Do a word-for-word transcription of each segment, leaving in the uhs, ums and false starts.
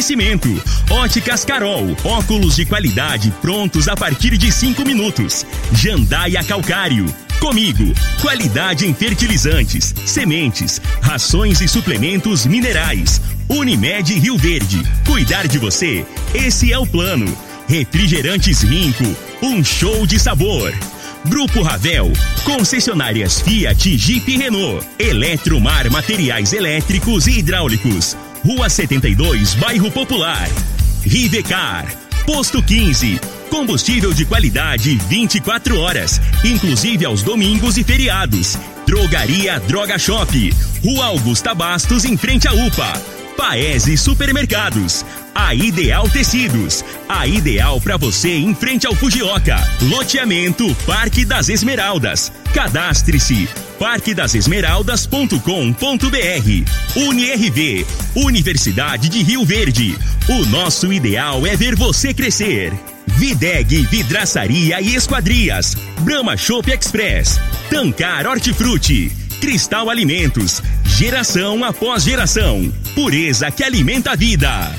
Oferecimento: Óticas Carol, óculos de qualidade prontos a partir de cinco minutos. Jandaia Calcário. Comigo, qualidade em fertilizantes, sementes, rações e suplementos minerais. Unimed Rio Verde, cuidar de você, esse é o plano. Refrigerantes Rinco, um show de sabor. Grupo Ravel, concessionárias Fiat, Jeep e Renault. Eletromar Materiais Elétricos e Hidráulicos, Rua setenta e dois, Bairro Popular. Rivecar, Posto quinze, combustível de qualidade vinte e quatro horas, inclusive aos domingos e feriados. Drogaria Droga Shop, Rua Augusta Bastos, em frente à U P A. Paese Supermercados, a Ideal Tecidos, a ideal para você em frente ao Fujioka. Loteamento Parque das Esmeraldas. Cadastre-se parque das esmeraldas ponto com ponto b r. UniRV, Universidade de Rio Verde. O nosso ideal é ver você crescer. Videg Vidraçaria e Esquadrias, Brahma Shop Express, Tancar Hortifruti, Cristal Alimentos, geração após geração, pureza que alimenta a vida.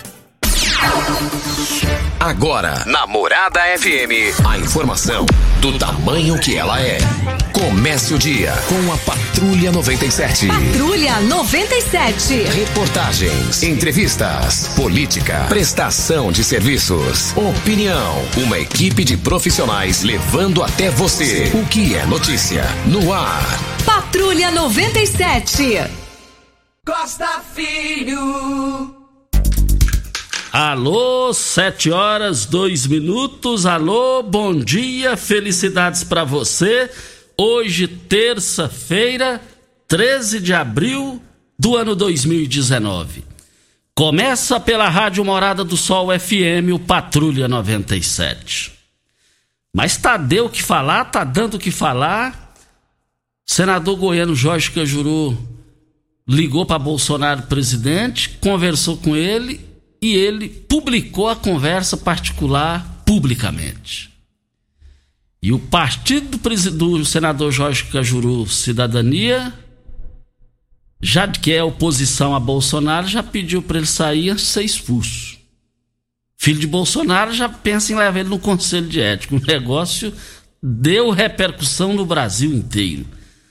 Agora, na Morada F M, a informação do tamanho que ela é. Comece o dia com a Patrulha noventa e sete. Patrulha noventa e sete. Reportagens, entrevistas, política, prestação de serviços, opinião. Uma equipe de profissionais levando até você o que é notícia no ar. Patrulha noventa e sete. Costa Filho. Alô, sete horas, dois minutos. Alô, bom dia, felicidades pra você. Hoje, terça-feira, treze de abril do ano dois mil e dezenove. Começa pela Rádio Morada do Sol F M, o Patrulha noventa e sete. Mas tá deu o que falar, tá dando o que falar. Senador goiano Jorge Cajuru ligou para Bolsonaro, presidente, conversou com ele e ele publicou a conversa particular publicamente. E o partido do, do senador Jorge Cajuru, Cidadania, já que é oposição a Bolsonaro, já pediu para ele sair antes de ser expulso. Filho de Bolsonaro já pensa em levar ele no Conselho de Ética. O negócio deu repercussão no Brasil inteiro.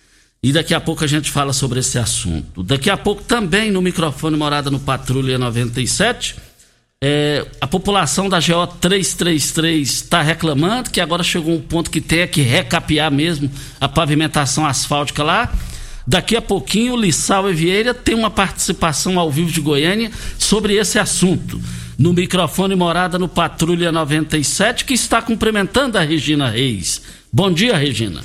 E daqui a pouco a gente fala sobre esse assunto. Daqui a pouco também no microfone Morada no Patrulha noventa e sete, é, a população da G O trezentos e trinta e três está reclamando que agora chegou um ponto que tem que recapear mesmo a pavimentação asfáltica lá. Daqui a pouquinho o Lissau Vieira tem uma participação ao vivo de Goiânia sobre esse assunto. No microfone Morada no Patrulha noventa e sete, que está cumprimentando a Regina Reis. Bom dia, Regina.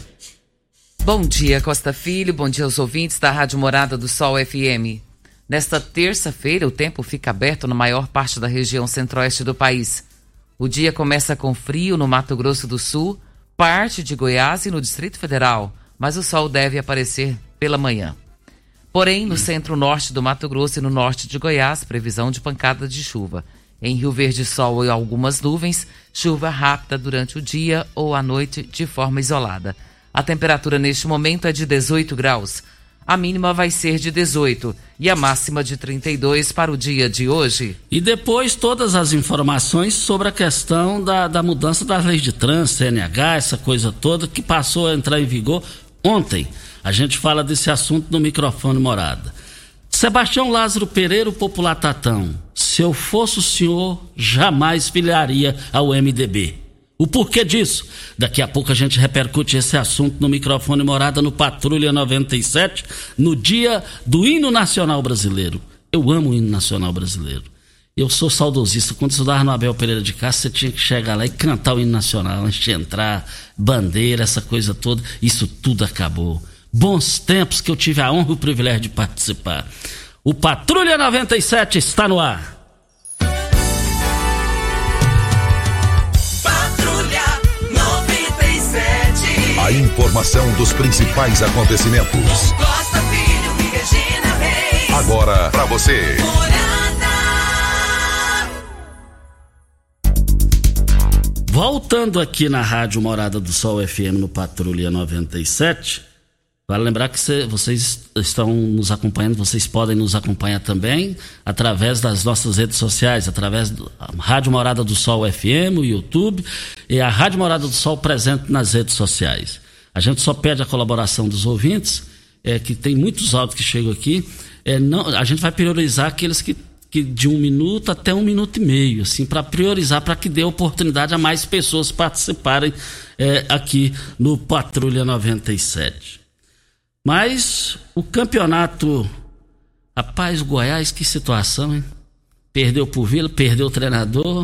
Bom dia, Costa Filho. Bom dia aos ouvintes da Rádio Morada do Sol F M. Nesta terça-feira, o tempo fica aberto na maior parte da região centro-oeste do país. O dia começa com frio no Mato Grosso do Sul, parte de Goiás e no Distrito Federal, mas o sol deve aparecer pela manhã. Porém, no centro-norte do Mato Grosso e no norte de Goiás, previsão de pancada de chuva. Em Rio Verde, sol e algumas nuvens, chuva rápida durante o dia ou à noite de forma isolada. A temperatura neste momento é de dezoito graus. A mínima vai ser de dezoito e a máxima de trinta e dois para o dia de hoje. E depois todas as informações sobre a questão da, da mudança das leis de trânsito, C N H, essa coisa toda que passou a entrar em vigor ontem. A gente fala desse assunto no microfone Morada. Sebastião Lázaro Pereira, o popular Tatão. Se eu fosse o senhor, jamais filiaria ao M D B. O porquê disso? Daqui a pouco a gente repercute esse assunto no microfone Morada no Patrulha noventa e sete, no dia do Hino Nacional Brasileiro. Eu amo o Hino Nacional Brasileiro. Eu sou saudosista. Quando estudava no Abel Pereira de Castro, você tinha que chegar lá e cantar o Hino Nacional antes de entrar, bandeira, essa coisa toda. Isso tudo acabou. Bons tempos que eu tive a honra e o privilégio de participar. O Patrulha noventa e sete está no ar. A informação dos principais acontecimentos. Costa Filho e Regina Reis. Agora pra você. Voltando aqui na Rádio Morada do Sol F M no Patrulha noventa e sete, Vale lembrar que cê, vocês estão nos acompanhando, vocês podem nos acompanhar também através das nossas redes sociais, através da Rádio Morada do Sol F M, o YouTube e a Rádio Morada do Sol presente nas redes sociais. A gente só pede a colaboração dos ouvintes, é, que tem muitos áudios que chegam aqui, é, não, a gente vai priorizar aqueles que, que de um minuto até um minuto e meio, assim, para priorizar, para que dê oportunidade a mais pessoas participarem é, aqui no Patrulha noventa e sete. Mas o campeonato, rapaz, o Goiás, que situação, hein? Perdeu pro Vila, perdeu o treinador.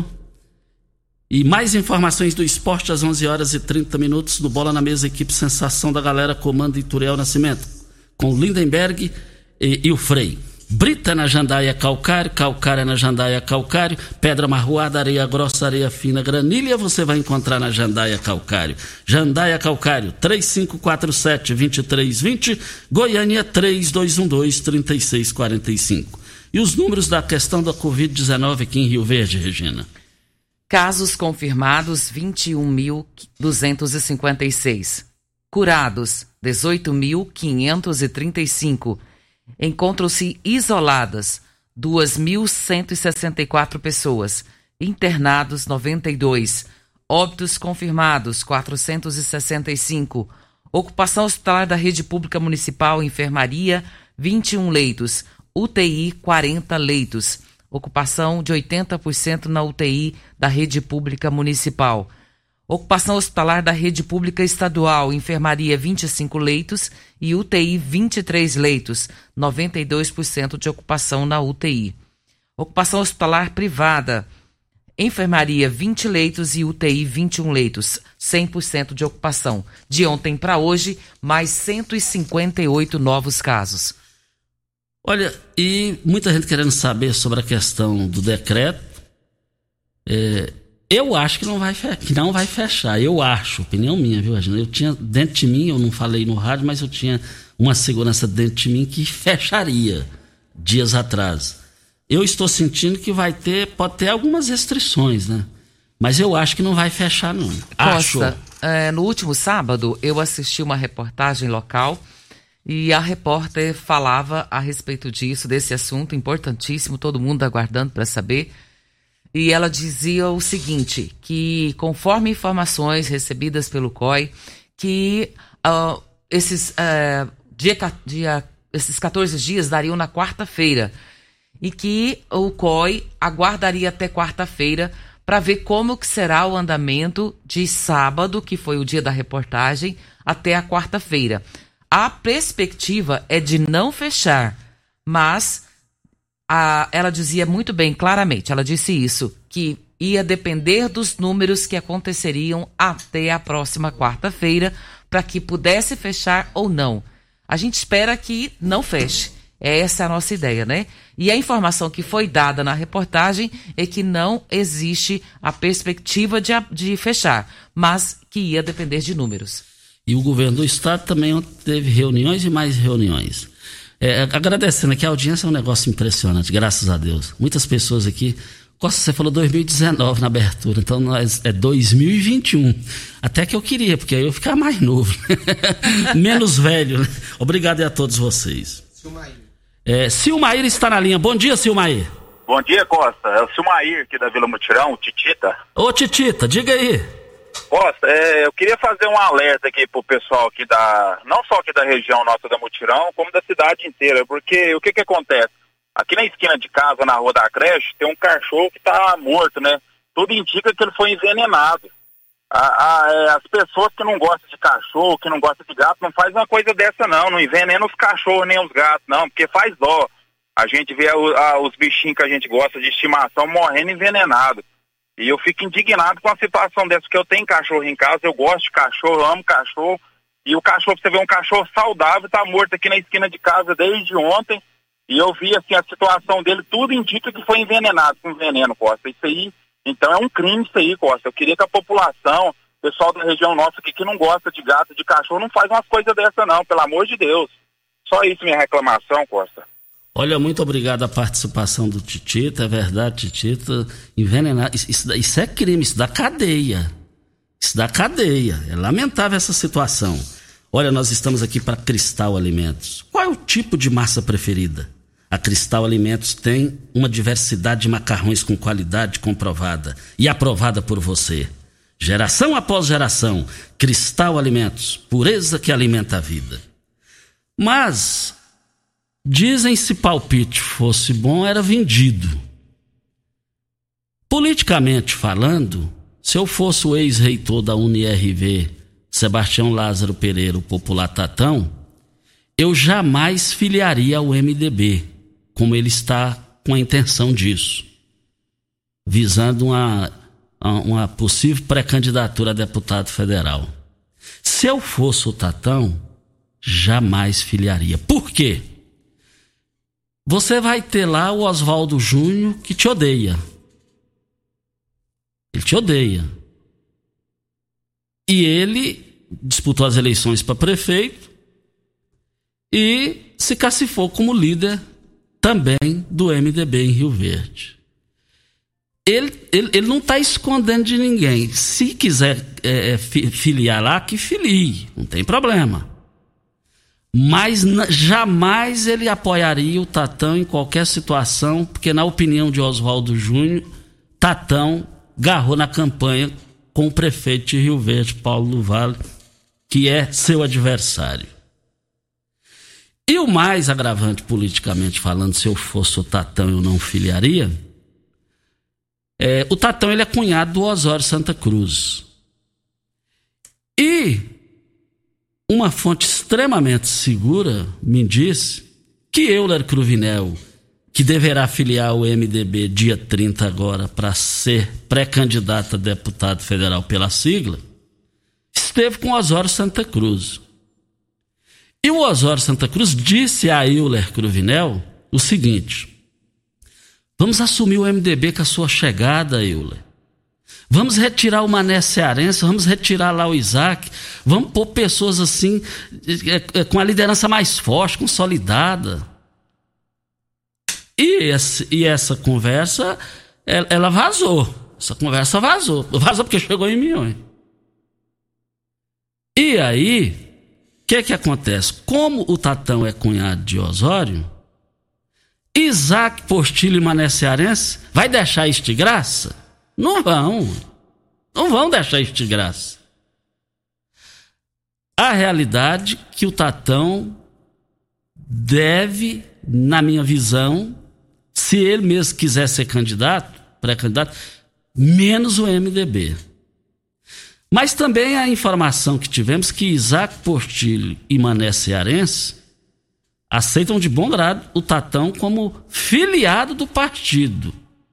E mais informações do esporte às onze horas e trinta minutos no Bola na Mesa, equipe Sensação da Galera, comando Ituriel Nascimento, com o Lindenberg e, e o Frei. Brita na Jandaia Calcário, Calcária na Jandaia Calcário, Pedra Marroada, Areia Grossa, Areia Fina, Granilha, você vai encontrar na Jandaia Calcário. Jandaia Calcário, três cinco quatro sete, dois três dois zero, Goiânia três dois um dois, três seis quatro cinco. E os números da questão da covid dezenove aqui em Rio Verde, Regina? Casos confirmados, vinte e um mil duzentos e cinquenta e seis. Curados, dezoito mil quinhentos e trinta e cinco. Encontram-se isoladas duas mil cento e sessenta e quatro pessoas, internados noventa e dois, óbitos confirmados quatrocentos e sessenta e cinco, ocupação hospitalar da rede pública municipal, enfermaria vinte e um leitos, U T I quarenta leitos, ocupação de oitenta por cento na U T I da rede pública municipal. Ocupação hospitalar da rede pública estadual, enfermaria vinte e cinco leitos e U T I vinte e três leitos, noventa e dois por cento de ocupação na U T I. Ocupação hospitalar privada, enfermaria vinte leitos e U T I vinte e um leitos, cem por cento de ocupação. De ontem para hoje, mais cento e cinquenta e oito novos casos. Olha, e muita gente querendo saber sobre a questão do decreto. É... Eu acho que não vai, que não vai fechar. Eu acho, opinião minha, viu, Regina? Eu tinha dentro de mim, eu não falei no rádio, mas eu tinha uma segurança dentro de mim que fecharia dias atrás. Eu estou sentindo que vai ter, pode ter algumas restrições, né? Mas eu acho que não vai fechar, não. Costa, é, no último sábado, eu assisti uma reportagem local e a repórter falava a respeito disso, desse assunto importantíssimo, todo mundo aguardando para saber. E ela dizia o seguinte, que conforme informações recebidas pelo C O I, que uh, esses, uh, dia, dia, esses quatorze dias dariam na quarta-feira. E que o C O I aguardaria até quarta-feira para ver como que será o andamento de sábado, que foi o dia da reportagem, até a quarta-feira. A perspectiva é de não fechar, mas... A, ela dizia muito bem, claramente, ela disse isso, que ia depender dos números que aconteceriam até a próxima quarta-feira para que pudesse fechar ou não. A gente espera que não feche. Essa é a nossa ideia, né? E a informação que foi dada na reportagem é que não existe a perspectiva de, de fechar, mas que ia depender de números. E o governo do estado também teve reuniões e mais reuniões. É, agradecendo aqui, a audiência é um negócio impressionante, graças a Deus. Muitas pessoas aqui. Costa, você falou dois mil e dezenove na abertura, então nós, é dois mil e vinte e um. Até que eu queria, porque aí eu ia ficar mais novo, menos velho. Né? Obrigado a todos vocês. Silmair. É, Silmair está na linha. Bom dia, Silmair. Bom dia, Costa. É o Silmair aqui da Vila Mutirão, Titita. Ô, Titita, diga aí. Costa, é, eu queria fazer um alerta aqui pro pessoal aqui da, não só aqui da região nossa da Mutirão, como da cidade inteira, porque o que que acontece? Aqui na esquina de casa, na rua da creche, tem um cachorro que tá morto, né? Tudo indica que ele foi envenenado. A, a, as pessoas que não gostam de cachorro, que não gostam de gato, não faz uma coisa dessa não, não envenena os cachorros nem os gatos não, porque faz dó. A gente vê a, a, os bichinhos que a gente gosta de estimação morrendo envenenado. E eu fico indignado com a situação dessa, porque eu tenho cachorro em casa, eu gosto de cachorro, eu amo cachorro, e o cachorro, você vê um cachorro saudável, tá morto aqui na esquina de casa desde ontem, e eu vi assim a situação dele, tudo indica que foi envenenado com veneno, Costa. Isso aí, então é um crime isso aí, Costa. Eu queria que a população, pessoal da região nossa aqui que não gosta de gato, de cachorro, não faz umas coisas dessa não, pelo amor de Deus. Só isso minha reclamação, Costa. Olha, muito obrigado a participação do Titita, é verdade, Titita, envenenar, isso, isso é crime, isso dá cadeia, isso dá cadeia, é lamentável essa situação. Olha, nós estamos aqui para Cristal Alimentos. Qual é o tipo de massa preferida? A Cristal Alimentos tem uma diversidade de macarrões com qualidade comprovada e aprovada por você. Geração após geração, Cristal Alimentos, pureza que alimenta a vida. Mas, dizem se palpite fosse bom, era vendido. Politicamente falando, se eu fosse o ex-reitor da U N I R V, Sebastião Lázaro Pereira, o popular Tatão, eu jamais filiaria ao M D B, como ele está com a intenção disso, visando uma, uma possível pré-candidatura a deputado federal. Se eu fosse o Tatão, jamais filiaria. Por quê? Você vai ter lá o Oswaldo Júnior que te odeia. Ele te odeia. E ele disputou as eleições para prefeito e se cacifou como líder também do M D B em Rio Verde. Ele, ele, ele não está escondendo de ninguém. Se quiser é, filiar lá, que filie, não tem problema. Mas n- jamais ele apoiaria o Tatão em qualquer situação, porque, na opinião de Oswaldo Júnior, Tatão garrou na campanha com o prefeito de Rio Verde, Paulo do Vale, que é seu adversário. E o mais agravante politicamente falando, se eu fosse o Tatão eu não filiaria, é, o Tatão ele é cunhado do Osório Santa Cruz. E uma fonte extremamente segura me disse que Euler Cruvinel, que deverá filiar o M D B dia trinta agora para ser pré-candidato a deputado federal pela sigla, esteve com o Osório Santa Cruz. E o Osório Santa Cruz disse a Euler Cruvinel o seguinte: vamos assumir o M D B com a sua chegada, Euler. Vamos retirar o Mané Cearense, vamos retirar lá o Isaac, vamos pôr pessoas assim, é, é, com a liderança mais forte, consolidada. E, esse, e essa conversa, ela, ela vazou. Essa conversa vazou. Vazou porque chegou em mim, hein? E aí, o que que acontece? Como o Tatão é cunhado de Osório, Isaac, Postilho e Mané Cearense vai deixar isso de graça? Não vão. Não vão deixar isso de graça. A realidade é que o Tatão deve, na minha visão, se ele mesmo quiser ser candidato, pré-candidato, menos o M D B. Mas também a informação que tivemos que Isaac Portilho e Mané Cearense aceitam de bom grado o Tatão como filiado do partido.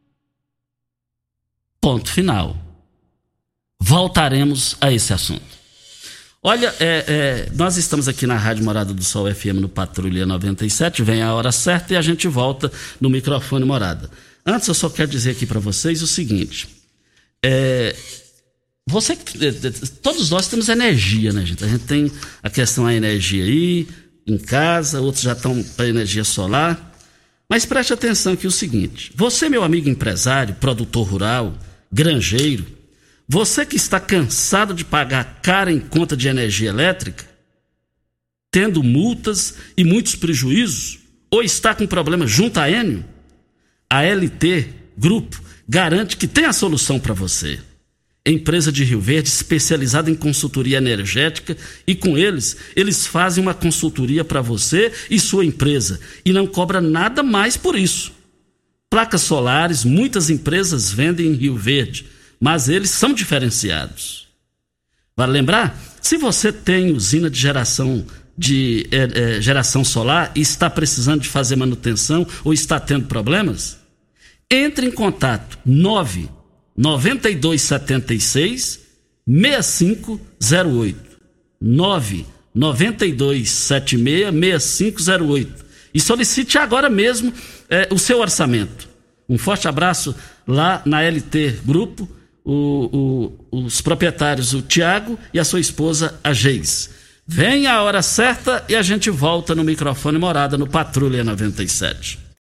Ponto final. Voltaremos a esse assunto. Olha, é, é, nós estamos aqui na Rádio Morada do Sol F M no Patrulha noventa e sete, vem a hora certa e a gente volta no microfone Morada. Antes eu só quero dizer aqui para vocês o seguinte, é, você, todos nós temos energia, né, gente? A gente tem a questão da energia aí, em casa, outros já estão para energia solar, mas preste atenção aqui o seguinte, você, meu amigo empresário, produtor rural, granjeiro, você que está cansado de pagar cara em conta de energia elétrica, tendo multas e muitos prejuízos, ou está com problema junto à Enel, a L T Grupo garante que tem a solução para você. Empresa de Rio Verde especializada em consultoria energética e com eles, eles fazem uma consultoria para você e sua empresa e não cobra nada mais por isso. Placas solares, muitas empresas vendem em Rio Verde, mas eles são diferenciados. Vale lembrar? Se você tem usina de geração, de, é, é, geração solar e está precisando de fazer manutenção ou está tendo problemas, entre em contato nove nove dois sete seis seis cinco zero oito nove nove dois sete seis seis cinco zero oito e solicite agora mesmo é, o seu orçamento. Um forte abraço lá na L T Grupo, o, o, os proprietários, o Tiago e a sua esposa, a Geis. Vem a hora certa e a gente volta no microfone Morada no Patrulha noventa e sete.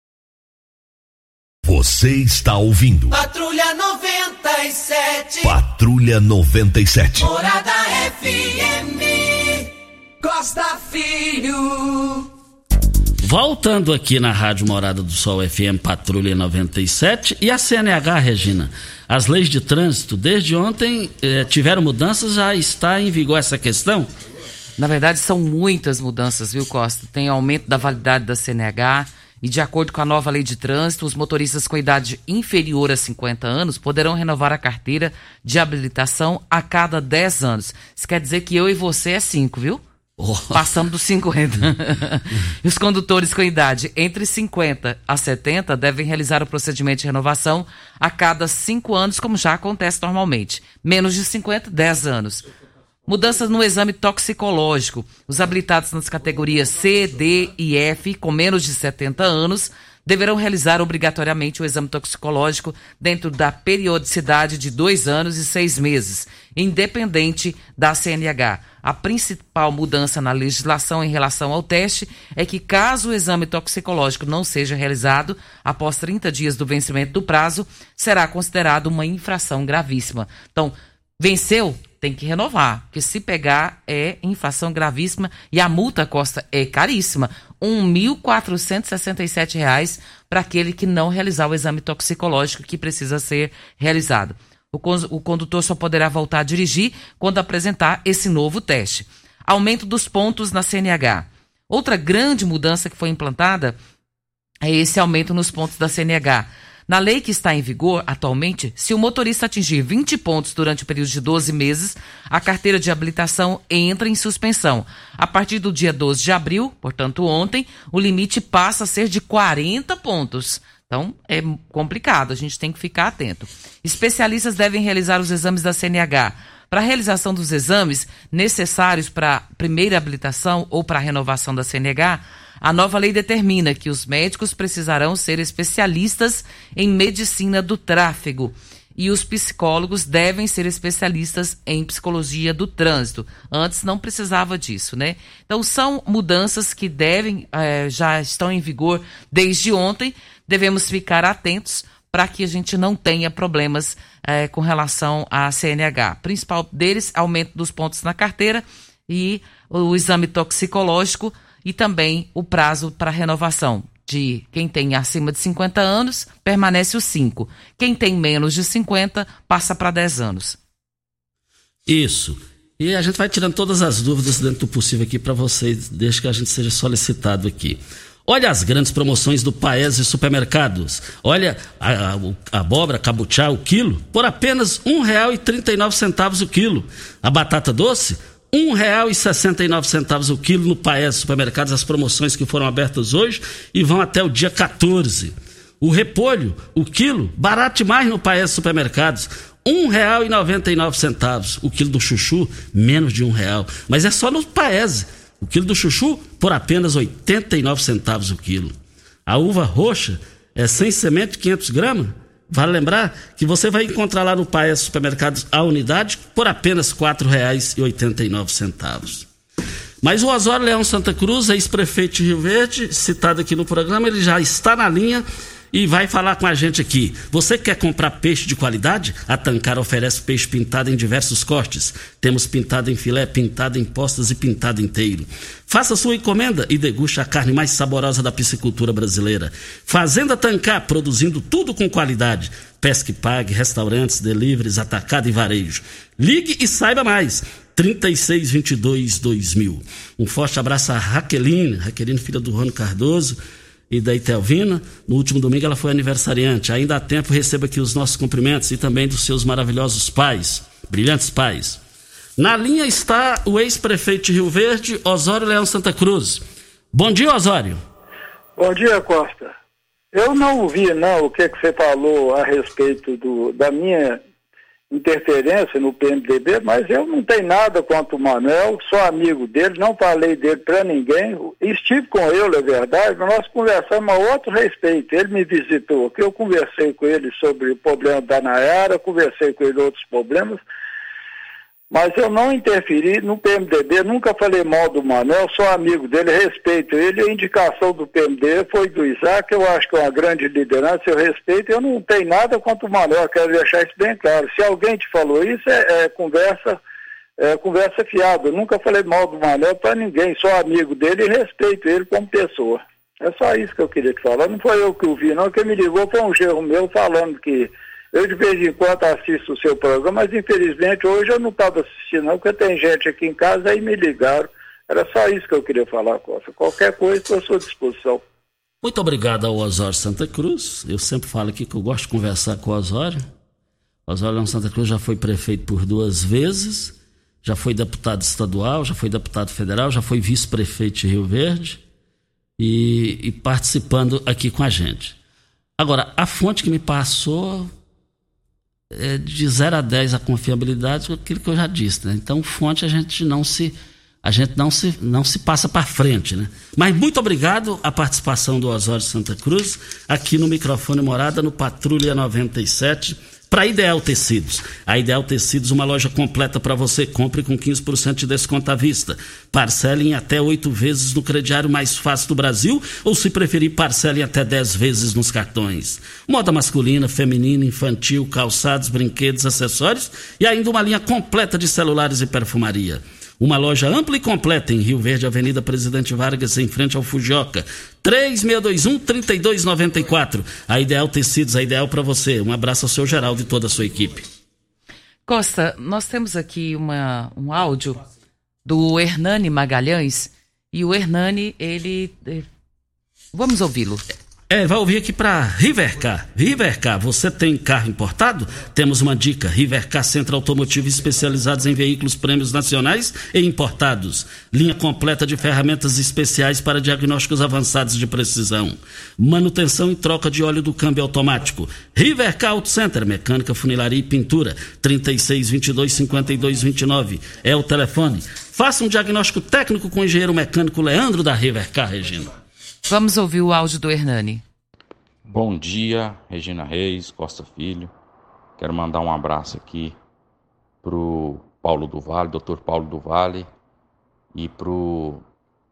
Você está ouvindo Patrulha noventa e sete. Patrulha noventa e sete. Morada F M. Costa Filho. Voltando aqui na Rádio Morada do Sol F M Patrulha noventa e sete e a C N H, Regina, as leis de trânsito desde ontem eh, tiveram mudanças, já está em vigor essa questão? Na verdade são muitas mudanças, viu, Costa? Tem aumento da validade da C N H e, de acordo com a nova lei de trânsito, os motoristas com idade inferior a cinquenta anos poderão renovar a carteira de habilitação a cada dez anos. Isso quer dizer que eu e você é cinco, viu? Oh. Passamos dos cinquenta. E os condutores com idade entre cinquenta a setenta devem realizar o procedimento de renovação a cada cinco anos, como já acontece normalmente. Menos de cinquenta, dez anos. Mudanças no exame toxicológico. Os habilitados nas categorias C, D e F, com menos de setenta anos, deverão realizar obrigatoriamente o exame toxicológico dentro da periodicidade de dois anos e seis meses, independente da C N H. A principal mudança na legislação em relação ao teste é que, caso o exame toxicológico não seja realizado após trinta dias do vencimento do prazo, será considerado uma infração gravíssima. Então, venceu, tem que renovar, porque se pegar é infração gravíssima e a multa, Costa, é caríssima. um mil quatrocentos e sessenta e sete reais para aquele que não realizar o exame toxicológico que precisa ser realizado. O, con- o condutor só poderá voltar a dirigir quando apresentar esse novo teste. Aumento dos pontos na C N H. Outra grande mudança que foi implantada é esse aumento nos pontos da C N H. Na lei que está em vigor atualmente, se o motorista atingir vinte pontos durante o período de doze meses, a carteira de habilitação entra em suspensão. A partir do dia doze de abril, portanto ontem, o limite passa a ser de quarenta pontos. Então, é complicado, a gente tem que ficar atento. Especialistas devem realizar os exames da C N H. Para a realização dos exames necessários para a primeira habilitação ou para a renovação da C N H, a nova lei determina que os médicos precisarão ser especialistas em medicina do tráfego e os psicólogos devem ser especialistas em psicologia do trânsito. Antes não precisava disso, né? Então são mudanças que devem, eh, já estão em vigor desde ontem. Devemos ficar atentos para que a gente não tenha problemas eh, com relação à C N H. O principal deles, aumento dos pontos na carteira e o exame toxicológico e também o prazo para renovação. De quem tem acima de cinquenta anos, permanece os cinco. Quem tem menos de cinquenta, passa para dez anos. Isso. E a gente vai tirando todas as dúvidas dentro do possível aqui para vocês, desde que a gente seja solicitado aqui. Olha as grandes promoções do Paese Supermercados. Olha a, a, a abóbora cabuchá, o quilo, por apenas um real e trinta e nove centavos o quilo. A batata doce, um real e sessenta e nove centavos o quilo no Paese Supermercados, as promoções que foram abertas hoje e vão até o dia quatorze. O repolho, o quilo, barato demais no Paese Supermercados, um real e noventa e nove centavos. O quilo do chuchu, menos de um real. Mas é só no Paese. O quilo do chuchu, por apenas oitenta e nove centavos o quilo. A uva roxa, é sem semente, quinhentos gramas. Vale lembrar que você vai encontrar lá no Paese Supermercados a unidade por apenas quatro reais e oitenta e nove centavos. Mas o Osório Leão Santa Cruz, ex-prefeito de Rio Verde, citado aqui no programa, ele já está na linha e vai falar com a gente aqui. Você quer comprar peixe de qualidade? A Tancar oferece peixe pintado em diversos cortes. Temos pintado em filé, pintado em postas e pintado inteiro. Faça sua encomenda e deguste a carne mais saborosa da piscicultura brasileira. Fazenda Tancar, produzindo tudo com qualidade. Pesca e pague, restaurantes, deliveries, atacado e varejo. Ligue e saiba mais. trinta e seis, vinte e dois, dois mil. Um forte abraço a Raqueline, Raqueline, filha do Rony Cardoso e da Itelvina. No último domingo ela foi aniversariante. Ainda há tempo, receba aqui os nossos cumprimentos e também dos seus maravilhosos pais, brilhantes pais. Na linha está o ex-prefeito de Rio Verde, Osório Leão Santa Cruz. Bom dia, Osório. Bom dia, Costa. Eu não ouvi, não, o que, que você falou a respeito do, da minha interferência no P M D B, mas eu não tenho nada contra o Manuel, sou amigo dele, não falei dele para ninguém, estive com ele, é verdade, mas nós conversamos a outro respeito. Ele me visitou aqui, eu conversei com ele sobre o problema da Nayara, conversei com ele outros problemas, mas eu não interferi no P M D B, nunca falei mal do Manuel, sou amigo dele, respeito ele. A indicação do P M D B foi do Isaac, eu acho que é uma grande liderança, eu respeito, eu não tenho nada contra o Manuel, quero deixar isso bem claro. Se alguém te falou isso, é, é conversa é, conversa fiada. Eu nunca falei mal do Manuel para ninguém, sou amigo dele e respeito ele como pessoa. É só isso que eu queria te falar. Não foi eu que o vi, não. Quem me ligou foi um gerro meu falando que eu de vez em quando assisto o seu programa, mas infelizmente hoje eu não estava assistindo não, porque tem gente aqui em casa, aí me ligaram. Era só isso que eu queria falar, Costa. Qualquer coisa, estou à sua disposição. Muito obrigado ao Osório Santa Cruz. Eu sempre falo aqui que eu gosto de conversar com o Osório. O Osório Santa Cruz já foi prefeito por duas vezes, já foi deputado estadual, já foi deputado federal, já foi vice-prefeito de Rio Verde e, e participando aqui com a gente. Agora, a fonte que me passou é de zero a dez a confiabilidade, aquilo que eu já disse, né? Então, fonte a gente não se... A gente não se, não se passa para frente, né? Mas muito obrigado a participação do Osório Santa Cruz aqui no microfone Morada, no Patrulha noventa e sete, para Ideal Tecidos. A Ideal Tecidos, uma loja completa para você. Compre com quinze por cento de desconto à vista. Parcele em até oito vezes no crediário mais fácil do Brasil, ou se preferir, parcele em até dez vezes nos cartões. Moda masculina, feminina, infantil, calçados, brinquedos, acessórios e ainda uma linha completa de celulares e perfumaria. Uma loja ampla e completa em Rio Verde, Avenida Presidente Vargas, em frente ao Fujioka. três seis dois um, três dois nove quatro. A Ideal Tecidos, a ideal para você. Um abraço ao seu Geraldo e toda a sua equipe. Costa, nós temos aqui uma, um áudio do Hernani Magalhães. E o Hernani, ele... Vamos ouvi-lo. É, vai ouvir aqui para Rivercar. Rivercar, você tem carro importado? Temos uma dica. Rivercar Centro Automotivo, especializados em veículos prêmios nacionais e importados. Linha completa de ferramentas especiais para diagnósticos avançados de precisão. Manutenção e troca de óleo do câmbio automático. Rivercar Auto Center, mecânica, funilaria e pintura. trinta e seis, vinte e dois, cinquenta e dois, vinte e nove. É o telefone. Faça um diagnóstico técnico com o engenheiro mecânico Leandro da Rivercar, Regina. Vamos ouvir o áudio do Hernani. Bom dia, Regina Reis, Costa Filho. Quero mandar um abraço aqui pro Paulo do Vale, doutor Paulo do Vale, e pro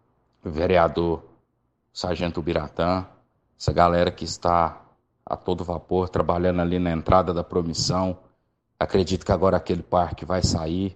vereador Sargento Biratã, essa galera que está a todo vapor trabalhando ali na entrada da Promissão. Acredito que agora aquele parque vai sair.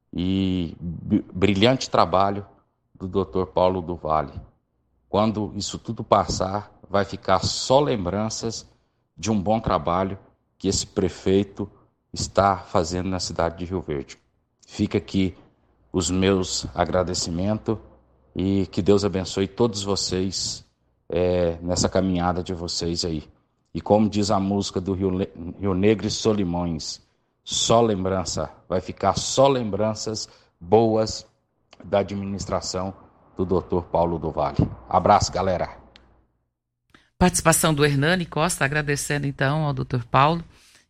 E brilhante trabalho do doutor Paulo do Vale. Quando isso tudo passar, vai ficar só lembranças de um bom trabalho que esse prefeito está fazendo na cidade de Rio Verde. Fica aqui os meus agradecimentos e que Deus abençoe todos vocês é, nessa caminhada de vocês aí. E como diz a música do Rio, Rio Negro e Solimões, só lembrança, vai ficar só lembranças boas da administração do doutor Paulo do Vale. Abraço, galera. Participação do Hernani Costa, agradecendo então ao doutor Paulo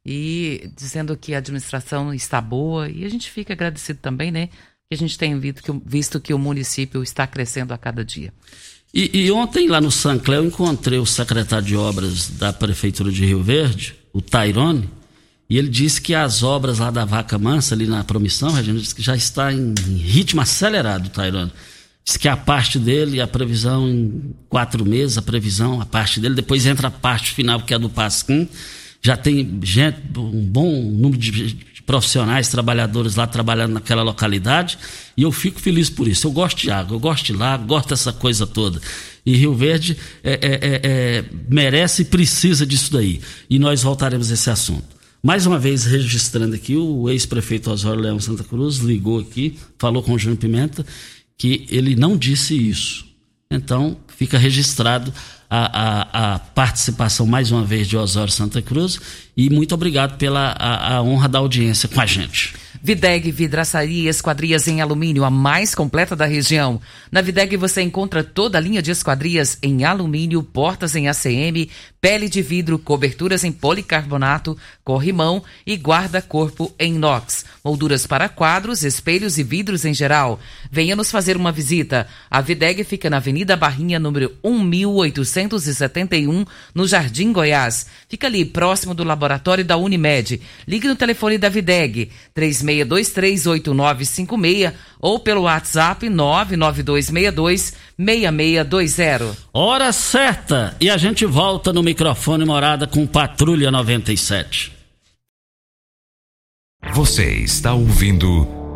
e dizendo que a administração está boa, e a gente fica agradecido também, né, que a gente tem visto que, visto que o município está crescendo a cada dia. E, e ontem lá no Sancler eu encontrei o secretário de obras da Prefeitura de Rio Verde, o Tairone, e ele disse que as obras lá da Vaca Mansa, ali na Promissão, Regina, disse que já está em ritmo acelerado, Tairone. Diz que a parte dele, a previsão em quatro meses, a previsão, a parte dele, depois entra a parte final, que é a do Pasquim. Já tem gente, um bom número de, de profissionais, trabalhadores lá trabalhando naquela localidade, e eu fico feliz por isso. Eu gosto de água, eu gosto de lago, gosto dessa coisa toda. E Rio Verde é, é, é, é, merece e precisa disso daí. E nós voltaremos a esse assunto. Mais uma vez, registrando aqui, o ex-prefeito Osório Leão Santa Cruz ligou aqui, falou com o Júnior Pimenta, que ele não disse isso. Então, fica registrado a, a, a participação, mais uma vez, de Osório Santa Cruz, e muito obrigado pela a, a honra da audiência com a gente. Videg Vidraçaria e Esquadrias em Alumínio, a mais completa da região. Na Videg você encontra toda a linha de esquadrias em alumínio, portas em A C M, pele de vidro, coberturas em policarbonato, corrimão e guarda-corpo em inox. Molduras para quadros, espelhos e vidros em geral. Venha nos fazer uma visita. A Videg fica na Avenida Barrinha, número um mil oitocentos e setenta e um, no Jardim Goiás. Fica ali, próximo do laboratório da Unimed. Ligue no telefone da Videg, três seis dois três, oito nove cinco seis, ou pelo WhatsApp nove nove dois seis dois, seis seis dois zero. Hora certa, e a gente volta no microfone Morada com Patrulha noventa e sete. Você está ouvindo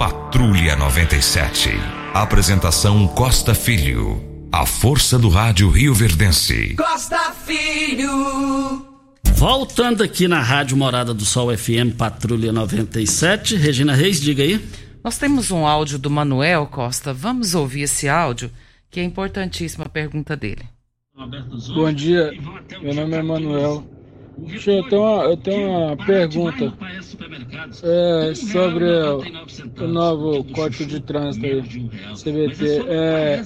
Patrulha noventa e sete. Apresentação Costa Filho. A força do rádio rioverdense. Costa Filho. Voltando aqui na Rádio Morada do Sol F M, Patrulha noventa e sete. Regina Reis, diga aí. Nós temos um áudio do Manuel Costa. Vamos ouvir esse áudio, que é importantíssima a pergunta dele. Bom dia, meu nome é Manuel. Deixa eu ter uma, eu tenho uma pergunta é, sobre o, o novo Código de Trânsito aí, C B T. É,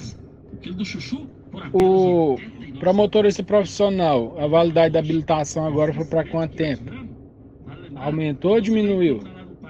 o, para motorista profissional, a validade da habilitação agora foi para quanto tempo? Aumentou ou diminuiu?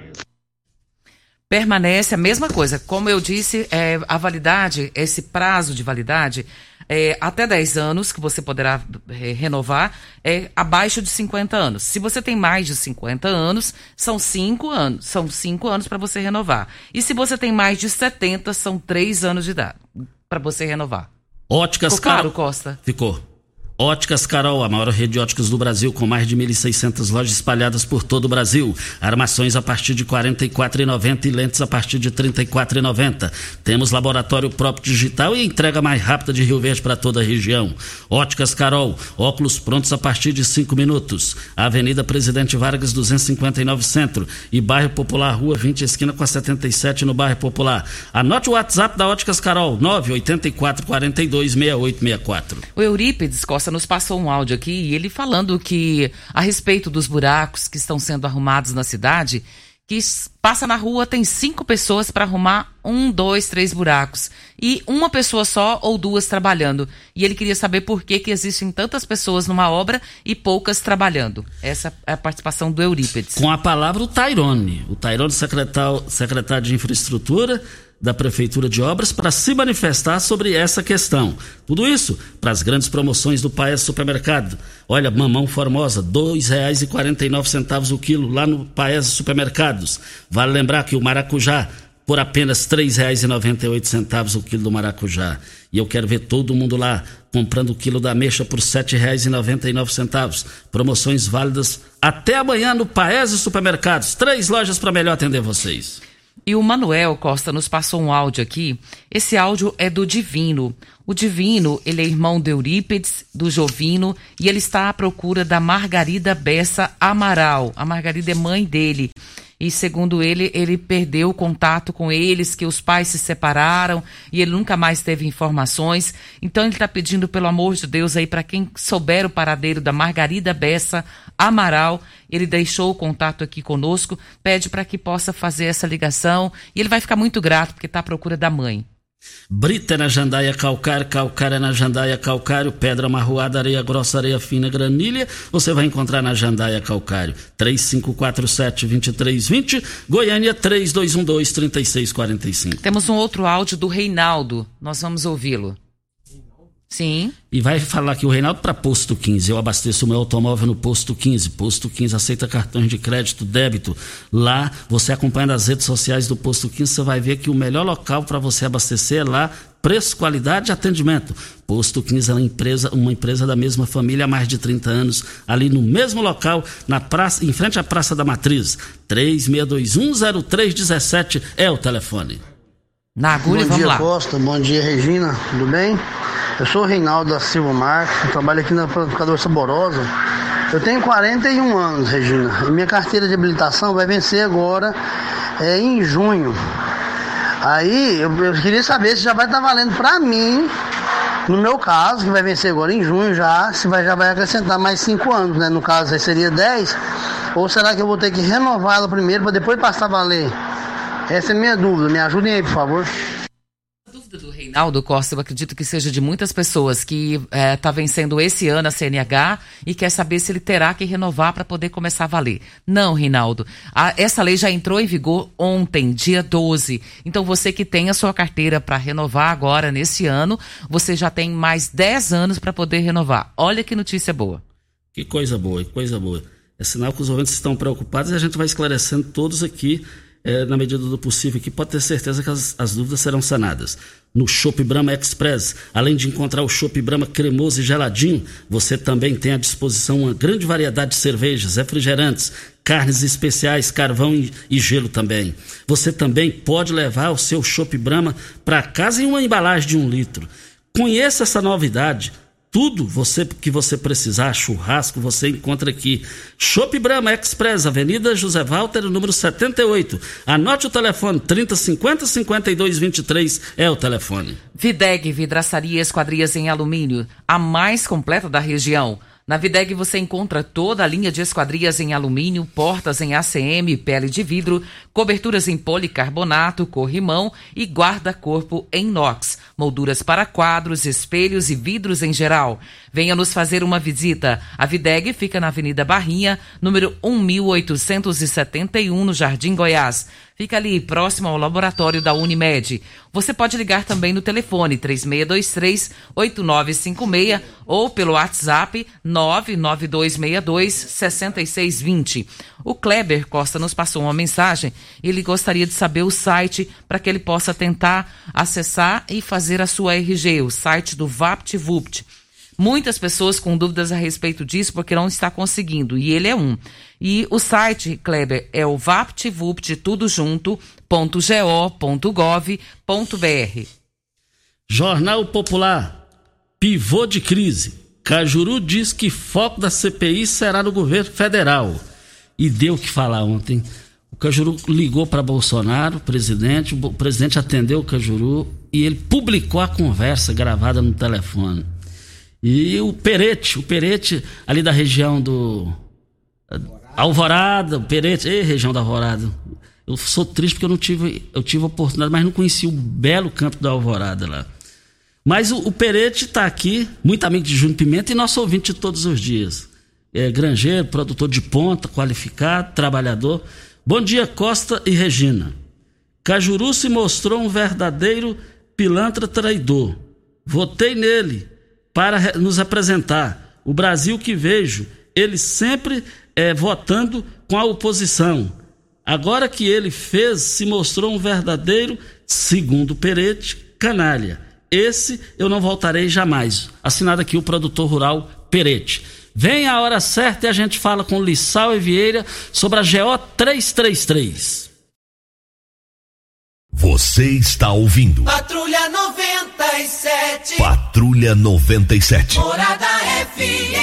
Permanece a mesma coisa. Como eu disse, é, a validade, esse prazo de validade, é, até dez anos que você poderá é, renovar, é abaixo de cinquenta anos. Se você tem mais de cinquenta anos, são cinco anos. São cinco anos para você renovar. E se você tem mais de setenta, são três anos de idade para você renovar. Óticas Ficou claro, Carol. Costa? Ficou. Óticas Carol, a maior rede de óticas do Brasil, com mais de mil e seiscentas lojas espalhadas por todo o Brasil. Armações a partir de quarenta e quatro reais e noventa centavos e lentes a partir de trinta e quatro reais e noventa centavos. Temos laboratório próprio digital e entrega mais rápida de Rio Verde para toda a região. Óticas Carol, óculos prontos a partir de cinco minutos. Avenida Presidente Vargas, duzentos e cinquenta e nove Centro e Bairro Popular, Rua vinte, esquina com a setenta e sete, no Bairro Popular. Anote o WhatsApp da Óticas Carol, nove oito quatro, quatro dois, seis oito seis quatro. O Eurípides Costa nos passou um áudio aqui e ele falando que a respeito dos buracos que estão sendo arrumados na cidade, que passa na rua, tem cinco pessoas para arrumar um, dois, três buracos e uma pessoa só ou duas trabalhando. E ele queria saber por que que existem tantas pessoas numa obra e poucas trabalhando. Essa é a participação do Eurípides. Com a palavra o Tairone, o Tairone, secretário, secretário de Infraestrutura da Prefeitura de Obras, para se manifestar sobre essa questão. Tudo isso para as grandes promoções do Paes Supermercado. Olha, mamão Formosa, dois reais e quarenta e nove centavos o quilo lá no Paes Supermercados. Vale lembrar que o maracujá, por apenas três reais e noventa e oito centavos o quilo do maracujá. E eu quero ver todo mundo lá comprando o quilo da ameixa por sete reais e noventa e nove centavos. Promoções válidas até amanhã no Paes Supermercados. Três lojas para melhor atender vocês. E o Manuel Costa nos passou um áudio aqui. Esse áudio é do Divino. O Divino, ele é irmão do Eurípides, do Jovino, e ele está à procura da Margarida Bessa Amaral. A Margarida é mãe dele. E segundo ele, ele perdeu o contato com eles, que os pais se separaram e ele nunca mais teve informações. Então ele está pedindo, pelo amor de Deus, aí para quem souber o paradeiro da Margarida Bessa Amaral, ele deixou o contato aqui conosco, pede para que possa fazer essa ligação e ele vai ficar muito grato porque está à procura da mãe. Brita na Jandaia Calcário, Calcário na Jandaia Calcário, pedra marroada, areia grossa, areia fina, granilha, você vai encontrar na Jandaia Calcário. Três cinco quatro sete, dois três dois zero, Goiânia três dois um dois, três seis quatro cinco. Temos um outro áudio do Reinaldo, nós vamos ouvi-lo. Sim. E vai falar aqui o Reinaldo para Posto quinze. Eu abasteço o meu automóvel no Posto quinze. Posto quinze aceita cartões de crédito, débito. Lá, você acompanhando as redes sociais do Posto quinze, você vai ver que o melhor local para você abastecer é lá. Preço, qualidade e atendimento. Posto quinze é uma empresa, uma empresa da mesma família há mais de trinta anos. Ali no mesmo local, na praça, em frente à Praça da Matriz. três seis dois um, zero três um sete é o telefone. Na agulha, bom vamos dia, lá. Costa. Bom dia, Regina. Tudo bem? Eu sou o Reinaldo da Silva Marques, eu trabalho aqui na Panificadora Saborosa. Eu tenho quarenta e um anos, Regina, e minha carteira de habilitação vai vencer agora é, em junho. Aí eu, eu queria saber se já vai estar valendo para mim, no meu caso, que vai vencer agora em junho já, se vai, já vai acrescentar mais cinco anos, né? No caso aí seria dez, ou será que eu vou ter que renovar ela primeiro para depois passar a valer? Essa é a minha dúvida, me ajudem aí, por favor. Do Reinaldo Costa, eu acredito que seja de muitas pessoas que está é, vencendo esse ano a C N H e quer saber se ele terá que renovar para poder começar a valer. Não, Reinaldo, a, essa lei já entrou em vigor ontem, dia doze. Então você que tem a sua carteira para renovar agora nesse ano, você já tem mais dez anos para poder renovar. Olha que notícia boa. Que coisa boa, que coisa boa. É sinal que os ouvintes estão preocupados e a gente vai esclarecendo todos aqui. É, na medida do possível, que pode ter certeza que as, as dúvidas serão sanadas. No Chopp Brahma Express, além de encontrar o Chopp Brahma cremoso e geladinho, você também tem à disposição uma grande variedade de cervejas, refrigerantes, carnes especiais, carvão e, e gelo também. Você também pode levar o seu Chopp Brahma para casa em uma embalagem de um litro. Conheça essa novidade. Tudo você que você precisar, churrasco, você encontra aqui. Chopp Brahma Express, Avenida José Walter, número setenta e oito. Anote o telefone, trinta, cinquenta, cinquenta e dois, vinte e três é o telefone. Videg, vidraçaria esquadrias em alumínio, a mais completa da região. Na Videg você encontra toda a linha de esquadrias em alumínio, portas em A C M, pele de vidro, coberturas em policarbonato, corrimão e guarda-corpo em inox, molduras para quadros, espelhos e vidros em geral. Venha nos fazer uma visita. A Videg fica na Avenida Barrinha, número um mil oitocentos e setenta e um, no Jardim Goiás. Fica ali, próximo ao laboratório da Unimed. Você pode ligar também no telefone três seis dois três, oito nove cinco seis ou pelo WhatsApp nove nove dois seis dois, seis seis dois zero. O Kleber Costa nos passou uma mensagem. Ele gostaria de saber o site para que ele possa tentar acessar e fazer a sua R G, o site do VaptVupt. Muitas pessoas com dúvidas a respeito disso porque não está conseguindo, e ele é um. E o site, Kleber, é o VaptVupt, tudo junto, ponto go ponto gov ponto br. Jornal Popular, pivô de crise. Cajuru diz que foco da C P I será no governo federal. E deu o que falar ontem. O Cajuru ligou para Bolsonaro, o presidente, o presidente atendeu o Cajuru e ele publicou a conversa gravada no telefone. E o Perete, o Perete ali da região do Alvorada, o Perete, ei, região da Alvorada. Eu sou triste porque eu não tive, eu tive oportunidade, mas não conheci o belo campo da Alvorada lá. Mas o, o Perete está aqui, muito amigo de Júnior Pimenta e nosso ouvinte de todos os dias. É granjeiro, produtor de ponta, qualificado, trabalhador. Bom dia, Costa e Regina. Cajuru se mostrou um verdadeiro pilantra traidor. Votei nele para nos apresentar. O Brasil que vejo, ele sempre é, votando com a oposição. Agora que ele fez, se mostrou um verdadeiro, segundo Perete, canalha. Esse eu não voltarei jamais. Assinado aqui o produtor rural Perete. Vem a hora certa e a gente fala com Lissau e Vieira sobre a G O trezentos e trinta e três. Você está ouvindo Patrulha noventa e sete. Patrulha noventa e sete. Morada F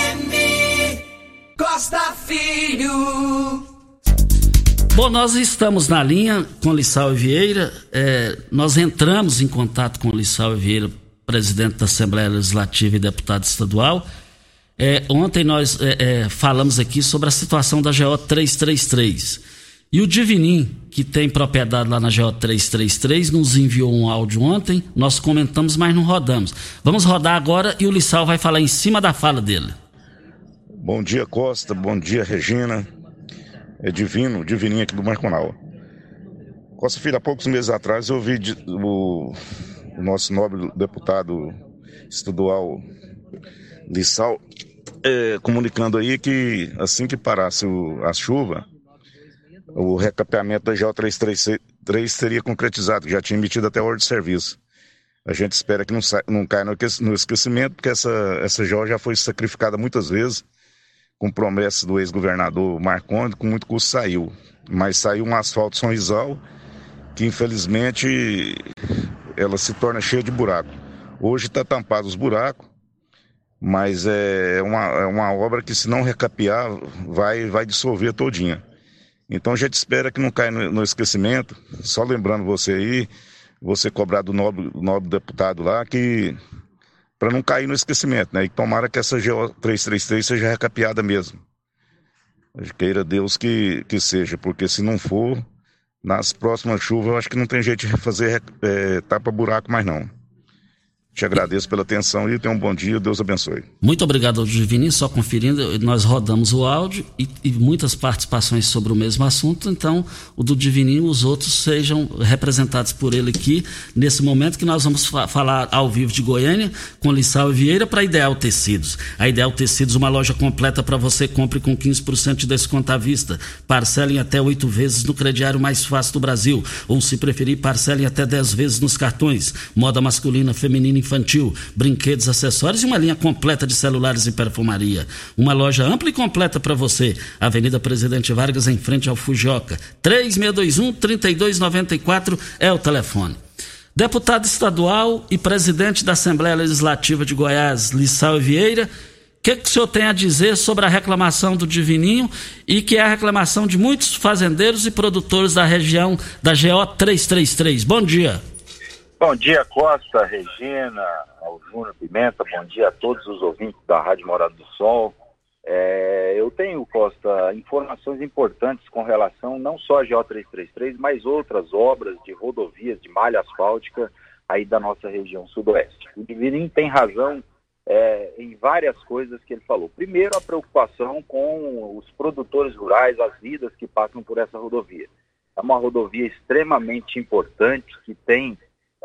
M. Costa Filho. Bom, nós estamos na linha com Lissau e Vieira. É, nós entramos em contato com Lissau e Vieira, presidente da Assembleia Legislativa e deputado estadual. É, ontem nós é, é, falamos aqui sobre a situação da G O trezentos e trinta e três. E o Divinim, que tem propriedade lá na G O trezentos e trinta e três, nos enviou um áudio ontem. Nós comentamos, mas não rodamos. Vamos rodar agora e o Lissau vai falar em cima da fala dele. Bom dia, Costa. Bom dia, Regina. É Divino, Divininho aqui do Marconal. Costa Filho, há poucos meses atrás eu ouvi o, o nosso nobre deputado estadual Lissau é, comunicando aí que assim que parasse o, a chuva, o recapeamento da G O trezentos e trinta e três seria concretizado, que já tinha emitido até a ordem de serviço. A gente espera que não, sa- não caia no esquecimento, porque essa, essa G O já foi sacrificada muitas vezes, com promessas do ex-governador Marcondes, com muito custo saiu. Mas saiu um asfalto São Rizal, que infelizmente ela se torna cheia de buraco. Hoje está tampado os buracos, mas é uma, é uma obra que, se não recapear, vai, vai dissolver todinha. Então a gente espera que não caia no, no esquecimento. Só lembrando você aí, você cobrar do nobre, nobre deputado lá, que para não cair no esquecimento, né? E tomara que essa G O trezentos e trinta e três seja recapeada mesmo. Queira Deus que, que seja, porque se não for, nas próximas chuvas eu acho que não tem jeito de fazer é, tapa-buraco mais não. Te agradeço pela atenção e tenha um bom dia, Deus abençoe. Muito obrigado, Divininho, só conferindo, nós rodamos o áudio e, e muitas participações sobre o mesmo assunto, então o do Divininho, os outros sejam representados por ele aqui, nesse momento que nós vamos fa- falar ao vivo de Goiânia, com Lissau e Vieira, para Ideal Tecidos. A Ideal Tecidos, uma loja completa para você, compre com quinze por cento de desconto à vista, parcelem até oito vezes no crediário mais fácil do Brasil, ou se preferir, parcelem até dez vezes nos cartões, moda masculina, feminina e infantil, brinquedos, acessórios e uma linha completa de celulares e perfumaria. Uma loja ampla e completa para você. Avenida Presidente Vargas, em frente ao Fujioka. três seis dois um, três dois nove quatro é o telefone. Deputado estadual e presidente da Assembleia Legislativa de Goiás, Lissau Vieira, o que, que o senhor tem a dizer sobre a reclamação do Divininho e que é a reclamação de muitos fazendeiros e produtores da região da G O trezentos e trinta e três? Bom dia. Bom dia, Costa, Regina, ao Júnior Pimenta, bom dia a todos os ouvintes da Rádio Morada do Sol. É, eu tenho, Costa, informações importantes com relação não só à G O trezentos e trinta e três, mas outras obras de rodovias, de malha asfáltica aí da nossa região sudoeste. O Divininho tem razão é, em várias coisas que ele falou. Primeiro, a preocupação com os produtores rurais, as vidas que passam por essa rodovia. É uma rodovia extremamente importante que tem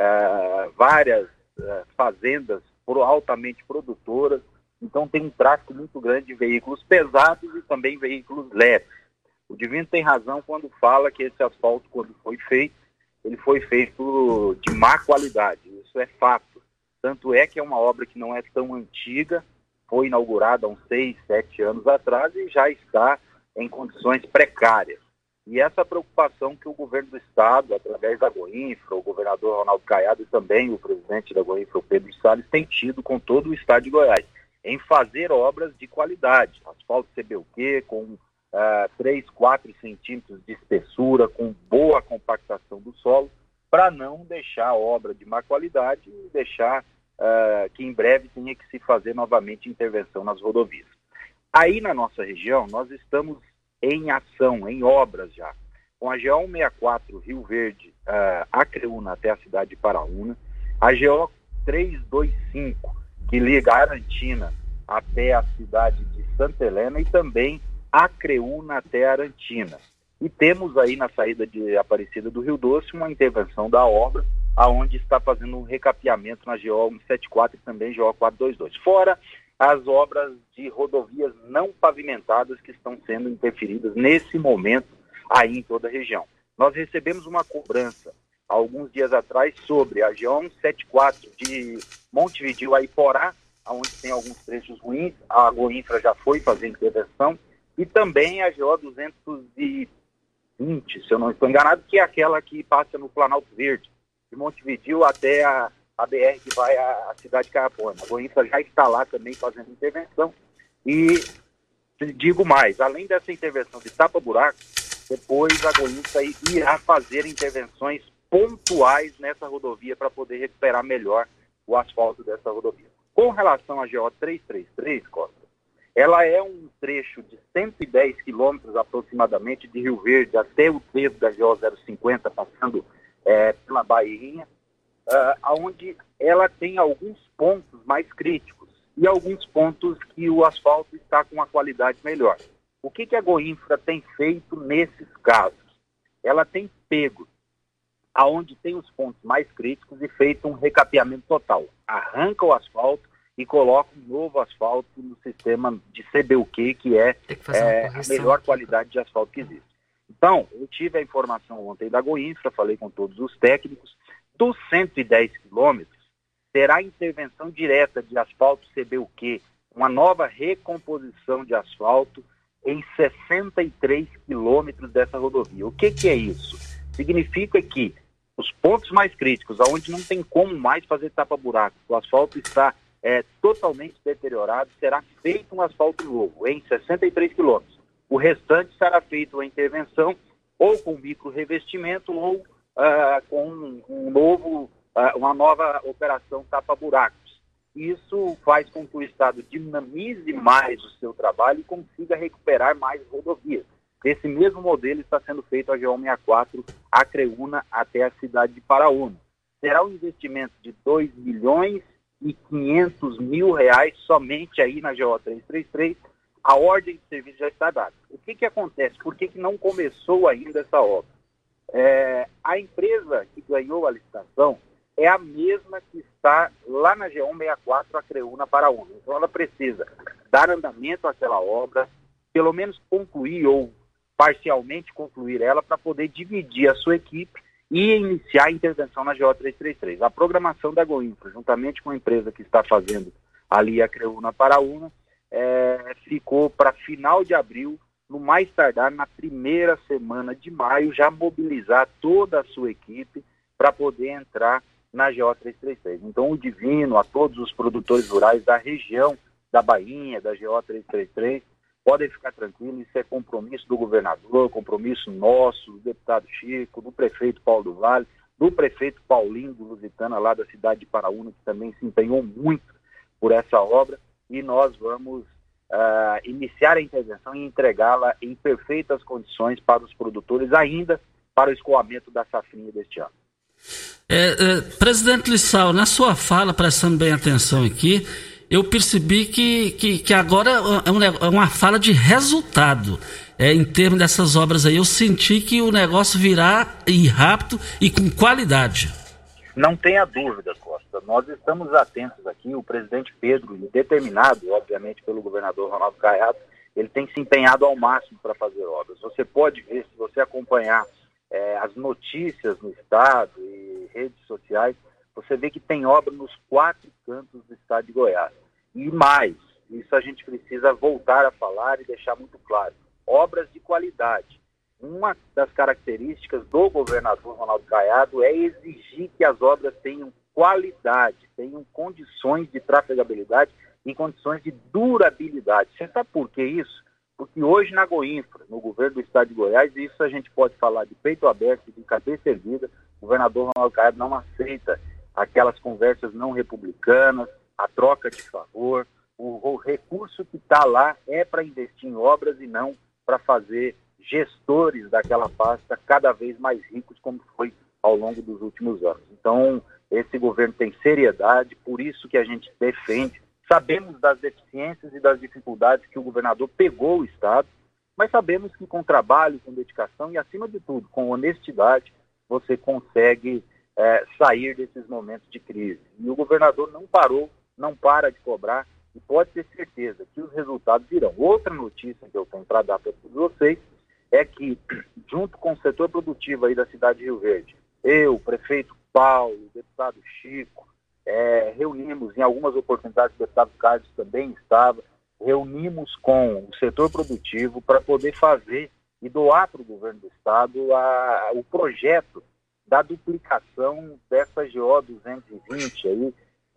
Uh, várias uh, fazendas pro, altamente produtoras, então tem um tráfego muito grande de veículos pesados e também veículos leves. O Divino tem razão quando fala que esse asfalto, quando foi feito, ele foi feito de má qualidade, isso é fato. Tanto é que é uma obra que não é tão antiga, foi inaugurada há uns seis, sete anos atrás e já está em condições precárias. E essa preocupação que o governo do estado, através da Goinfra, o governador Ronaldo Caiado e também o presidente da Goinfra, o Pedro Salles, tem tido com todo o estado de Goiás, em fazer obras de qualidade, asfalto C B U Q com uh, três, quatro centímetros de espessura, com boa compactação do solo, para não deixar a obra de má qualidade e deixar uh, que em breve tenha que se fazer novamente intervenção nas rodovias. Aí na nossa região, nós estamos em ação, em obras já, com a G O cento e sessenta e quatro Rio Verde, uh, Acreúna até a cidade de Paraúna, a G O trezentos e vinte e cinco, que liga Arantina até a cidade de Santa Helena e também Acreúna até Arantina. E temos aí na saída de Aparecida do Rio Doce uma intervenção da obra, aonde está fazendo um recapeamento na G O cento e setenta e quatro e também G O quatrocentos e vinte e dois. Fora as obras de rodovias não pavimentadas que estão sendo interferidas nesse momento aí em toda a região. Nós recebemos uma cobrança há alguns dias atrás sobre a G O cento e setenta e quatro de Montevidéu a Iporá, onde tem alguns trechos ruins, a Goinfra já foi fazer intervenção, e também a G O duzentos e vinte, se eu não estou enganado, que é aquela que passa no Planalto Verde, de Montevidéu até a a B R que vai à cidade de Caiapó. A Goinfra já está lá também fazendo intervenção e digo mais, além dessa intervenção de tapa-buraco, depois a Goinfra irá fazer intervenções pontuais nessa rodovia para poder recuperar melhor o asfalto dessa rodovia. Com relação à G O trezentos e trinta e três, Costa, ela é um trecho de cento e dez quilômetros aproximadamente de Rio Verde até o trevo da G O zero cinquenta, passando é, pela Bairrinha, Uh, onde ela tem alguns pontos mais críticos e alguns pontos que o asfalto está com uma qualidade melhor. O que, que a Goinfra tem feito nesses casos? Ela tem pego aonde tem os pontos mais críticos e feito um recapeamento total. Arranca o asfalto e coloca um novo asfalto no sistema de C B U Q, que é, que é a melhor qualidade de asfalto que existe. Então, eu tive a informação ontem da Goinfra, falei com todos os técnicos. Dos cento e dez quilômetros, terá intervenção direta de asfalto C B U Q, uma nova recomposição de asfalto em sessenta e três quilômetros dessa rodovia. O que, que é isso? Significa que os pontos mais críticos, onde não tem como mais fazer tapa-buraco, o asfalto está é, totalmente deteriorado, será feito um asfalto novo em sessenta e três quilômetros. O restante será feito a intervenção ou com micro-revestimento ou Uh, com um, um novo, uh, uma nova operação tapa-buracos. Isso faz com que o Estado dinamize mais o seu trabalho e consiga recuperar mais rodovias. Esse mesmo modelo está sendo feito a G O cento e sessenta e quatro Acreúna até a cidade de Paraúna. Será um investimento de dois milhões e quinhentos mil reais somente aí na G O trezentos e trinta e três. A ordem de serviço já está dada. O que, que acontece? Por que, que não começou ainda essa obra? É, a empresa que ganhou a licitação é a mesma que está lá na G O cento e sessenta e quatro Acreúna Paraúna. Então ela precisa dar andamento àquela obra, pelo menos concluir ou parcialmente concluir ela para poder dividir a sua equipe e iniciar a intervenção na G O trezentos e trinta e três. A programação da Goinfra, juntamente com a empresa que está fazendo ali a Creúna Paraúna, é, ficou para final de abril, no mais tardar na primeira semana de maio, já mobilizar toda a sua equipe para poder entrar na G O trezentos e trinta e três. Então o Divino, a todos os produtores rurais da região da Bainha, da G O trezentos e trinta e três, podem ficar tranquilos, isso é compromisso do governador, compromisso nosso, do deputado Chico, do prefeito Paulo do Vale, do prefeito Paulinho do Lusitana, lá da cidade de Paraúna, que também se empenhou muito por essa obra, e nós vamos uh, iniciar a intervenção e entregá-la em perfeitas condições para os produtores, ainda para o escoamento da safrinha deste ano. É, é, presidente Lissau, na sua fala, prestando bem atenção aqui, eu percebi que, que, que agora é, um, é uma fala de resultado, é, em termos dessas obras aí. Eu senti que o negócio virá e rápido e com qualidade. Não tenha dúvida, Costa. Nós estamos atentos aqui. O presidente Pedro, determinado, obviamente, pelo governador Ronaldo Caiado, ele tem se empenhado ao máximo para fazer obras. Você pode ver, se você acompanhar é, as notícias no estado e redes sociais, você vê que tem obra nos quatro cantos do estado de Goiás. E mais, isso a gente precisa voltar a falar e deixar muito claro. Obras de qualidade. Uma das características do governador Ronaldo Caiado é exigir que as obras tenham qualidade, tenham condições de trafegabilidade e condições de durabilidade. Você sabe por que isso? Porque hoje na Goinfra, no governo do estado de Goiás, isso a gente pode falar de peito aberto e de cabeça erguida, o governador Ronaldo Caiado não aceita aquelas conversas não republicanas, a troca de favor. O, o recurso que está lá é para investir em obras e não para fazer gestores daquela pasta cada vez mais ricos, como foi ao longo dos últimos anos. Então, esse governo tem seriedade, por isso que a gente defende. Sabemos das deficiências e das dificuldades que o governador pegou o estado, mas sabemos que com trabalho, com dedicação e, acima de tudo, com honestidade, você consegue É, sair desses momentos de crise. E o governador não parou, não para de cobrar, e pode ter certeza que os resultados virão. Outra notícia que eu tenho para dar para todos vocês é que, junto com o setor produtivo aí da cidade de Rio Verde, eu, o prefeito Paulo, o deputado Chico, é, reunimos em algumas oportunidades, o deputado Carlos também estava, reunimos com o setor produtivo para poder fazer e doar para o governo do estado a, o projeto da duplicação dessa G O duzentos e vinte aí,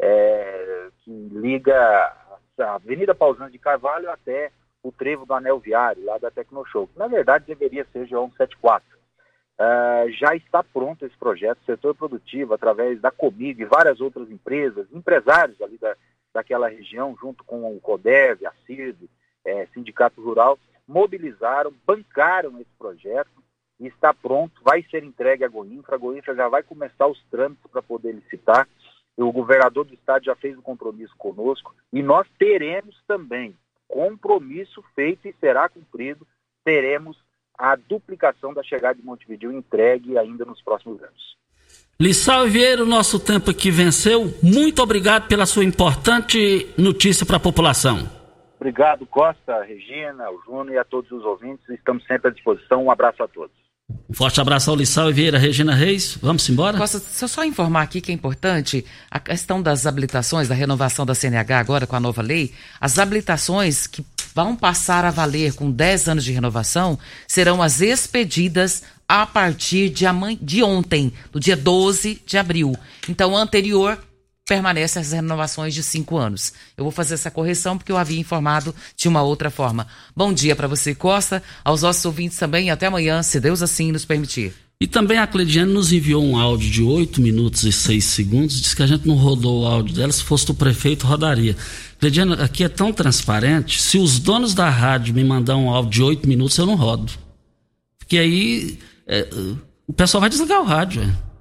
é, que liga a Avenida Pausanias de Carvalho até o trevo do Anel Viário, lá da Tecnoshow, que na verdade deveria ser G O cento e setenta e quatro. Uh, já está pronto esse projeto, o setor produtivo, através da Comigo e várias outras empresas, empresários ali da, daquela região, junto com o CODEV, a CIRD, é, Sindicato Rural, mobilizaram, bancaram esse projeto, e está pronto, vai ser entregue à Goinfra. A Goinfra já vai começar os trâmites para poder licitar. O governador do estado já fez o compromisso conosco e nós teremos também compromisso feito e será cumprido. Teremos a duplicação da chegada de Montevidéu entregue ainda nos próximos anos. Lissau Vieira, o nosso tempo aqui venceu. Muito obrigado pela sua importante notícia para a população. Obrigado, Costa, Regina, o Júnior e a todos os ouvintes. Estamos sempre à disposição. Um abraço a todos. Um forte abraço ao Lissau Vieira, Regina Reis. Vamos embora? Costa, deixa eu só informar aqui que é importante a questão das habilitações, da renovação da C N H agora com a nova lei. As habilitações que vão passar a valer com dez anos de renovação serão as expedidas a partir de, amanhã, de ontem, do dia doze de abril. Então, anterior permanecem as renovações de cinco anos. Eu vou fazer essa correção porque eu havia informado de uma outra forma. Bom dia para você, Costa, aos nossos ouvintes também, e até amanhã, se Deus assim nos permitir. E também a Cleidiane nos enviou um áudio de oito minutos e seis segundos, disse que a gente não rodou o áudio dela, se fosse o prefeito, rodaria. Cleidiane, aqui é tão transparente, se os donos da rádio me mandar um áudio de oito minutos, eu não rodo. Porque aí é, o pessoal vai desligar o rádio.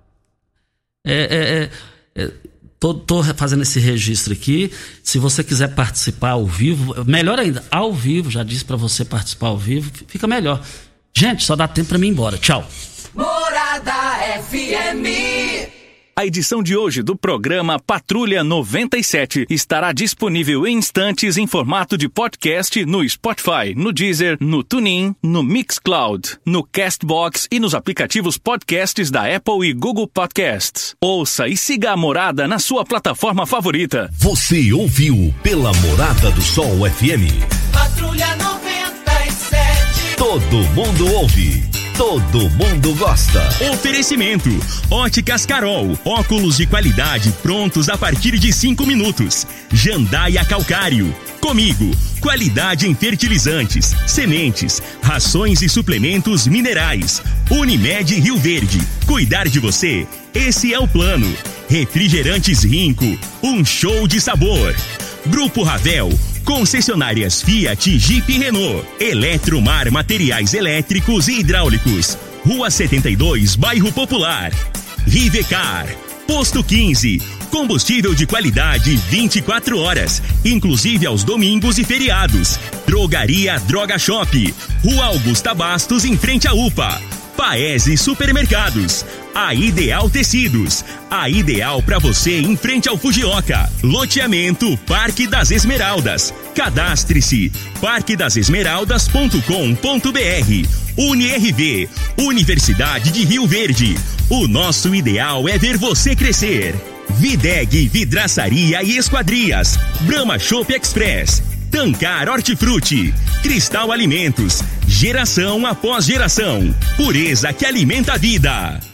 É, é, é, é Estou fazendo esse registro aqui. Se você quiser participar ao vivo, melhor ainda, ao vivo, já disse para você participar ao vivo, fica melhor. Gente, só dá tempo para mim ir embora. Tchau. Morada F M. A edição de hoje do programa Patrulha noventa e sete estará disponível em instantes em formato de podcast no Spotify, no Deezer, no TuneIn, no Mixcloud, no Castbox e nos aplicativos podcasts da Apple e Google Podcasts. Ouça e siga a Morada na sua plataforma favorita. Você ouviu pela Morada do Sol F M. Patrulha noventa e sete. Todo mundo ouve. Todo mundo gosta. Oferecimento: Óticas Carol, óculos de qualidade prontos a partir de cinco minutos. Jandaia Calcário. Comigo, qualidade em fertilizantes, sementes, rações e suplementos minerais. Unimed Rio Verde. Cuidar de você? Esse é o plano. Refrigerantes Rinco. Um show de sabor. Grupo Ravel. Concessionárias Fiat, Jeep e Renault. Eletromar Materiais Elétricos e Hidráulicos. Rua setenta e dois, Bairro Popular. Rivecar. Posto quinze. Combustível de qualidade vinte e quatro horas, inclusive aos domingos e feriados. Drogaria Droga Shop. Rua Augusta Bastos, em frente à U P A. Paese Supermercados. A Ideal Tecidos. A ideal para você em frente ao Fujioka. Loteamento Parque das Esmeraldas. Cadastre-se parque das esmeraldas ponto com ponto b r. UniRV, Universidade de Rio Verde. O nosso ideal é ver você crescer. Videg Vidraçaria e Esquadrias. Brahma Shop Express. Tancar Hortifruti. Cristal Alimentos. Geração após geração. Pureza que alimenta a vida.